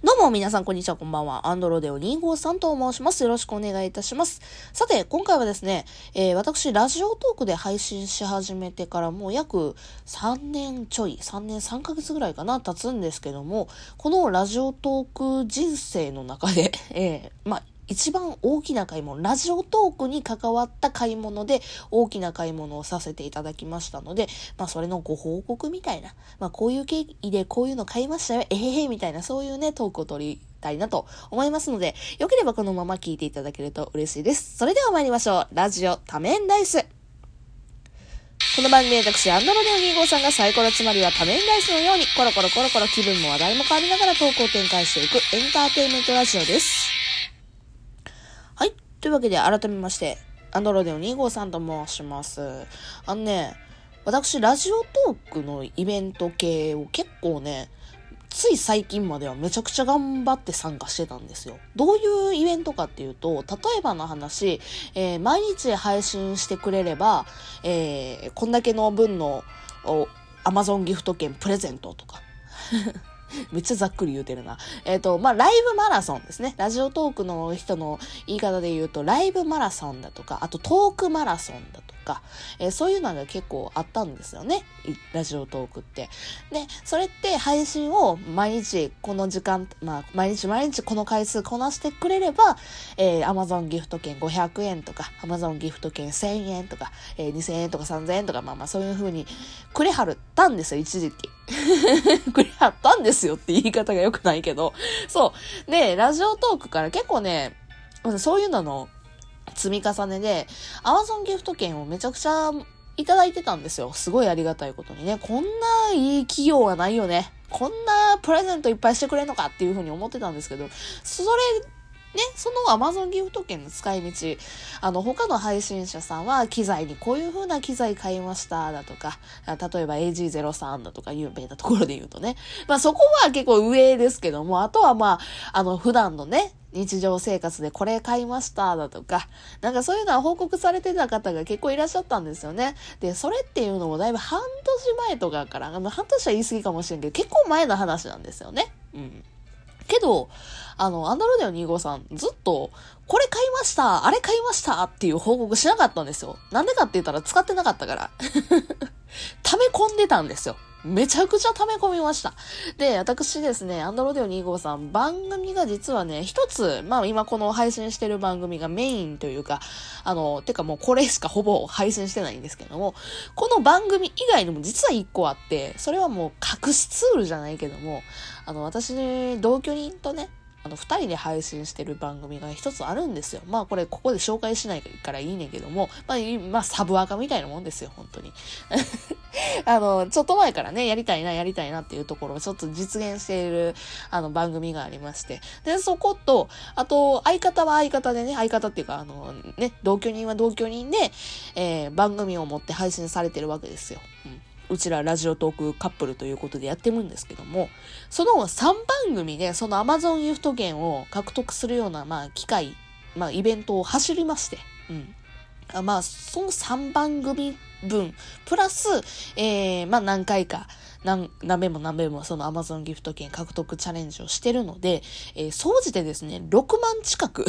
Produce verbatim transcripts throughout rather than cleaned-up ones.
どうも皆さんこんにちは、こんばんは。アンドロデオにじゅうごさんと申します。よろしくお願いいたします。さて、今回はですね、えー、私、ラジオトークで配信し始めてからもう約さんねんちょい、さんねんさんかげつぐらいかな、経つんですけども、このラジオトーク人生の中で、えー、まあ、一番大きな買い物、ラジオトークに関わった買い物で大きな買い物をさせていただきましたので、まあそれのご報告みたいな、まあこういう経緯でこういうの買いましたよ、えへへみたいなそういうねトークを取りたいなと思いますので、よければこのまま聞いていただけると嬉しいです。それでは参りましょう。ラジオ多面ダイス。この番組は私、アンドロデオにじゅうごさんがサイコロつまりは多面ダイスのようにコロコロコロコロ気分も話題も変わりながらトークを展開していくエンターテインメントラジオです。はい。というわけで改めまして、アンドロデオにじゅうごさんと申します。あのね、私、ラジオトークのイベント系を結構ね、つい最近まではめちゃくちゃ頑張って参加してたんですよ。どういうイベントかっていうと、例えばの話、えー、毎日配信してくれれば、えー、こんだけの分の Amazon ギフト券プレゼントとか。めっちゃざっくり言うてるな。えっと、まあ、ライブマラソンですね。ラジオトークの人の言い方で言うと、ライブマラソンだとか、あとトークマラソンだとか、えー、そういうのが結構あったんですよね。ラジオトークって。で、それって配信を毎日この時間、まあ、毎日毎日この回数こなしてくれれば、えー、Amazon ギフト券ごひゃくえんとか、Amazon ギフト券せんえんとか、えー、にせんえんとかさんぜんえんとか、まあまあそういう風にくれはるったんですよ、一時期。くれはったんですよって言い方が良くないけど。そう。で、ラジオトークから結構ね、そういうのの積み重ねで、Amazon ギフト券をめちゃくちゃいただいてたんですよ。すごいありがたいことにね。こんないい企業はないよね。こんなプレゼントいっぱいしてくれんのかっていうふうに思ってたんですけど、それ、ね、その Amazon ギフト券の使い道、あの、他の配信者さんは機材にこういう風な機材買いましただとか、例えば エージーゼロさん だとか有名なところで言うとね。まあそこは結構上ですけども、あとはまあ、あの、普段のね、日常生活でこれ買いましただとか、なんかそういうのは報告されてた方が結構いらっしゃったんですよね。で、それっていうのもだいぶ半年前とかから、あの半年は言い過ぎかもしれんけど、結構前の話なんですよね。うん。けど、あの、アンドロデオにじゅうごさん、ずっと、これ買いましたあれ買いましたっていう報告しなかったんですよ。なんでかって言ったら使ってなかったから。溜め込んでたんですよ。めちゃくちゃ溜め込みました。で、私ですね、アンドロデオにじゅうごさん、番組が実はね、一つ、まあ今この配信してる番組がメインというか、あの、てかもうこれしかほぼ配信してないんですけども、この番組以外にも実は一個あって、それはもう隠しツールじゃないけども、あの、私、同居人とね、あの、二人で配信してる番組が一つあるんですよ。まあこれ、ここで紹介しないからいいねんけども、まあ、まあ、サブアカみたいなもんですよ、本当に。あの、ちょっと前からね、やりたいな、やりたいなっていうところをちょっと実現している、あの、番組がありまして。で、そこと、あと、相方は相方でね、相方っていうか、あの、ね、同居人は同居人で、えー、番組を持って配信されてるわけですよ。うんうちらラジオトークカップルということでやってるんですけども、そのさんばん組でその Amazon ギフト券を獲得するような、まあ、機会、まあ、イベントを走りまして、うん。あまあ、そのさんばん組分、プラス、えー、まあ何回か、何、何べも何べもその Amazon ギフト券獲得チャレンジをしてるので、えー、総じてですね、ろくまん近く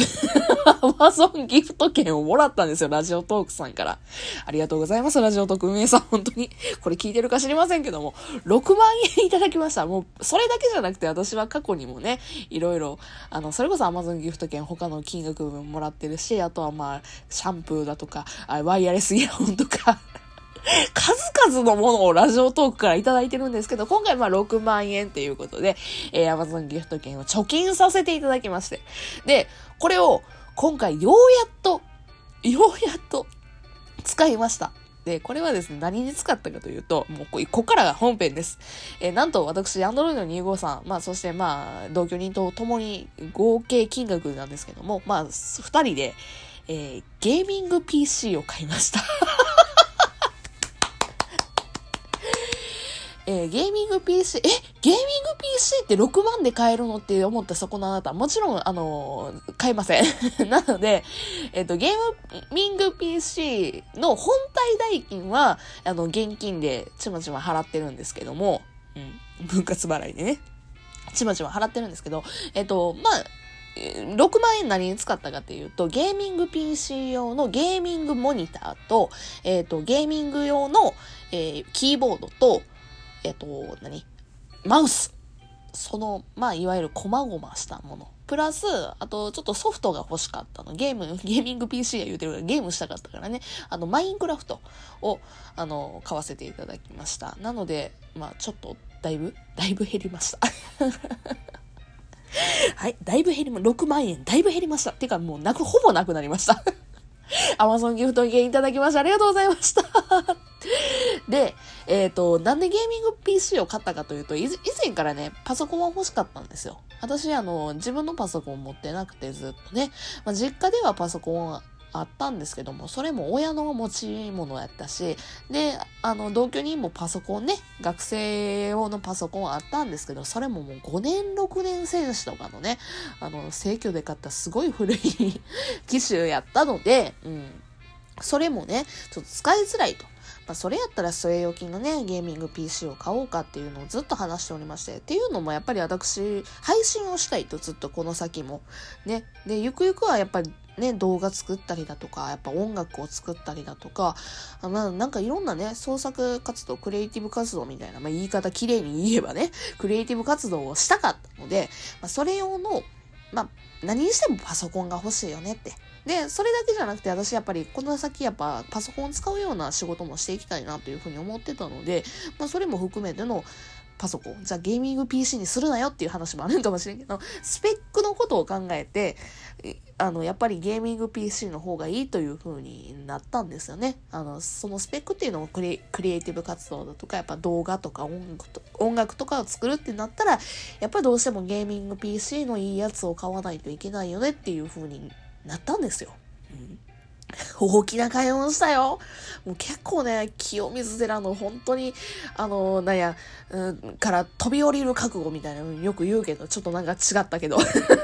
Amazon ギフト券をもらったんですよ、ラジオトークさんから。ありがとうございます、ラジオトーク運営さん、本当に。これ聞いてるか知りませんけども、ろくまんえんいただきました。もう、それだけじゃなくて、私は過去にもね、いろいろ、あの、それこそ Amazon ギフト券他の金額分もらってるし、あとはまあ、シャンプーだとか、あワイヤレスイヤホンとか、数々のものをラジオトークからいただいてるんですけど、今回まあろくまんえんということで、えー、Amazon ギフト券を貯金させていただきまして。で、これを今回ようやっと、ようやっと使いました。で、これはですね、何に使ったかというと、もうここからが本編です。えー、なんと私、アンドロイドにじゅうごさん、まあそしてまあ、同居人と共に合計金額なんですけども、まあ、二人で、えー、ゲーミング ピーシー を買いました。えー、ゲーミング ピーシー、え、ゲーミング ピーシー ってろくまんで買えるのって思ったそこのあなた、もちろん、あのー、買えません。なので、えっと、ゲーミング ピーシー の本体代金は、あの、現金でちまちま払ってるんですけども、うん、分割払いでね。 ちまちま払ってるんですけど、えっと、まあ、ろくまん円何に使ったかっていうと、ゲーミング ピーシー 用のゲーミングモニターと、えっと、ゲーミング用の、えー、キーボードと、えっと、何マウス。その、まあ、いわゆる細々したもの。プラス、あと、ちょっとソフトが欲しかったの。ゲーム、ゲーミング ピーシー や言うてるからゲームしたかったからね。あの、マインクラフトを、あの、買わせていただきました。なので、まあ、ちょっと、だいぶ、だいぶ減りました。はい、だいぶ減りま、ろくまん円、だいぶ減りました。てか、もうなく、ほぼなくなりました。アマゾンギフト券いただきましてありがとうございました。で、えっと、なんでゲーミング ピーシー を買ったかというと、以前からね、パソコンは欲しかったんですよ。私、あの、自分のパソコン持ってなくてずっとね、まあ、実家ではパソコンはあったんですけども、それも親の持ち物やったし、で、あの、同居人もパソコンね、学生用のパソコンはあったんですけど、それももうごねん、ろくねん選手とかのね、あの、生協で買ったすごい古い機種やったので、うん。それもね、ちょっと使いづらいと。まあ、それやったら据え置きのね、ゲーミング ピーシー を買おうかっていうのをずっと話しておりまして。っていうのもやっぱり私、配信をしたいとずっとこの先も。ね。で、ゆくゆくはやっぱりね、動画作ったりだとか、やっぱ音楽を作ったりだとか、あまあ、なんかいろんなね、創作活動、クリエイティブ活動みたいな、まあ、言い方綺麗に言えばね、クリエイティブ活動をしたかったので、まあ、それ用の、まあ、何にしてもパソコンが欲しいよねって。で、それだけじゃなくて私やっぱりこの先やっぱパソコンを使うような仕事もしていきたいなというふうに思ってたので、まあそれも含めてのパソコン、じゃあゲーミング ピーシー にするなよっていう話もあるかもしれんけど、スペックのことを考えて、あの、やっぱりゲーミング ピーシー の方がいいという風になったんですよね。あの、そのスペックっていうのもクリ、クリエイティブ活動だとか、やっぱ動画とか音楽と音楽とかを作るってなったら、やっぱりどうしてもゲーミング ピーシー のいいやつを買わないといけないよねっていう風になったんですよ。うん大きな買い物したよ。もう結構ね、清水寺の本当に、あの、なんや、うん、から飛び降りる覚悟みたいなのよく言うけど、ちょっとなんか違ったけど。ま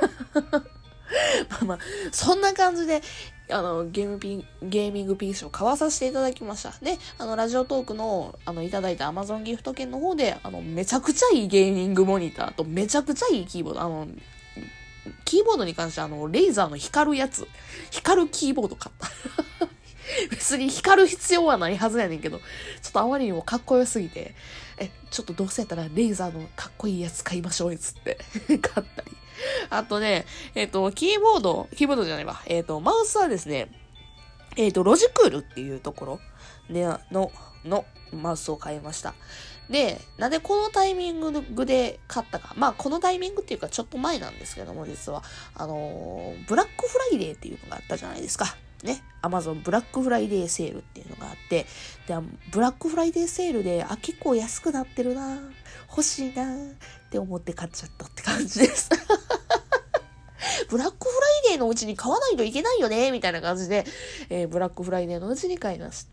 あまあ、そんな感じで、あの、ゲームピン、ゲーミング ピーシー を買わさせていただきました。で、あの、ラジオトークの、あの、いただいた Amazon ギフト券の方で、あの、めちゃくちゃいいゲーミングモニターと、めちゃくちゃいいキーボード、あの、キーボードに関してあの、レーザーの光るやつ、光るキーボード買った。別に光る必要はないはずやねんけど、ちょっとあまりにもかっこよすぎて、え、ちょっとどうせやったらレーザーのかっこいいやつ買いましょうよ、つって。買ったり。あとね、えっと、キーボード、キーボードじゃないわ。えっと、マウスはですね、えっと、ロジクールっていうところで、の、の、マウスを買いました。で、なんでこのタイミングで買ったか。まあ、このタイミングっていうかちょっと前なんですけども、実は。あのー、ブラックフライデーっていうのがあったじゃないですか。ね。アマゾンブラックフライデーセールっていうのがあって、で、ブラックフライデーセールで、あ、結構安くなってるな欲しいなって思って買っちゃったって感じです。ブラックフライデーのうちに買わないといけないよねみたいな感じで、えー、ブラックフライデーのうちに買いました。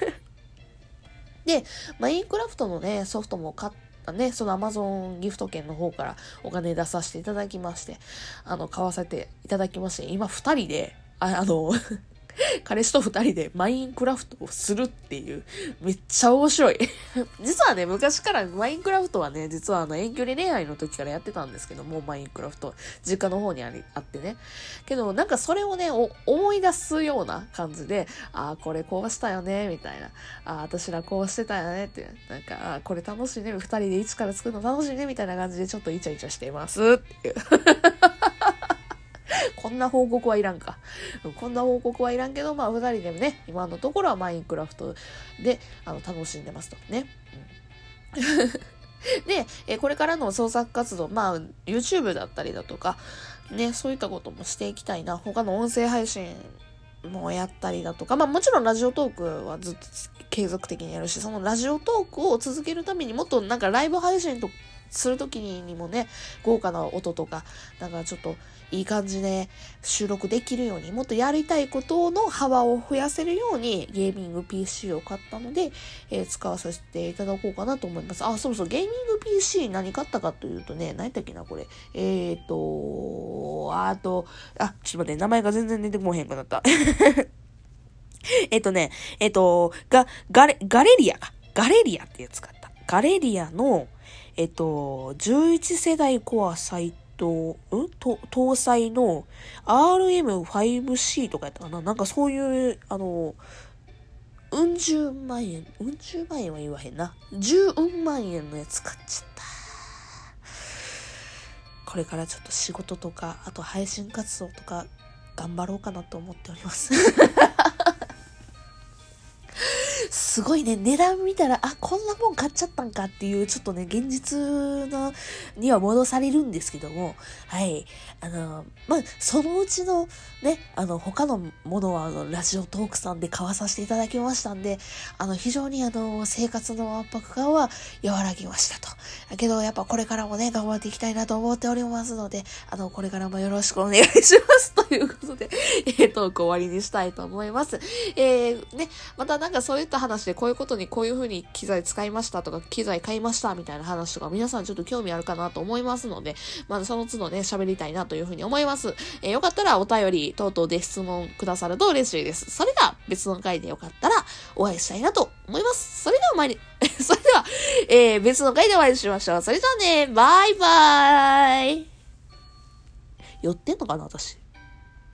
で、マインクラフトのね、ソフトも買ったね、その Amazon ギフト券の方からお金出させていただきまして、あの、買わせていただきまして、今二人で、あ、あの、彼氏と二人でマインクラフトをするっていう、めっちゃ面白い。実はね、昔からマインクラフトはね、実はあの遠距離恋愛の時からやってたんですけども、マインクラフト、実家の方にあり、あってね。けど、なんかそれをね、思い出すような感じで、ああ、これこうしたよね、みたいな。ああ、私らこうしてたよね、っていう。なんか、あこれ楽しいね、二人で一から作るの楽しいね、みたいな感じでちょっとイチャイチャしています、っていう。こんな報告はいらんか。こんな報告はいらんけど、まあ、二人でもね、今のところはマインクラフトで、あの、楽しんでますとね。うん、で、え、これからの創作活動、まあ、YouTube だったりだとか、ね、そういったこともしていきたいな。他の音声配信もやったりだとか、まあ、もちろんラジオトークはずっと継続的にやるし、そのラジオトークを続けるためにもっとなんかライブ配信とするときにもね、豪華な音とか、なんかちょっといい感じで収録できるように、もっとやりたいことの幅を増やせるようにゲーミング ピーシー を買ったので、えー、使わさせていただこうかなと思います。あ、そうそう、ゲーミング ピーシー 何買ったかというとね、何やったっけな、これ。えーと、あと、あ、ちょっと待って、名前が全然出てこへんくなった。えっとね、えっと、が、ガレ、ガレリアか。ガレリアってやつ買った。ガレリアの、 えっと、じゅういち世代コア最と、んと、搭載の アールエムファイブシー とかやったかな、なんかそういう、あの、うん十万円、うん十万円は言わへんな。十うん万円のやつ買っちゃった。これからちょっと仕事とか、あと配信活動とか頑張ろうかなと思っております。すごいね、値段見たら、あ、こんなもん買っちゃったんかっていう、ちょっとね、現実の、には戻されるんですけども、はい。あの、まあ、そのうちの、ね、あの、他のものは、あの、ラジオトークさんで買わさせていただきましたんで、あの、非常にあの、生活の圧迫感は和らぎましたと。だけど、やっぱこれからもね、頑張っていきたいなと思っておりますので、あの、これからもよろしくお願いします。ということで、えー、トーク終わりにしたいと思います。えー、ね、またなんかそういった話でこういうことにこういう風に機材使いましたとか機材買いましたみたいな話とか皆さんちょっと興味あるかなと思いますので、まずその都度ね喋りたいなという風に思います。えー、よかったらお便り等々で質問くださると嬉しいです。それでは別の回でよかったらお会いしたいなと思います。それでは参りそれでは、えー、別の回でお会いしましょう。それじゃあね、バイバーイ。寄ってんのかな私。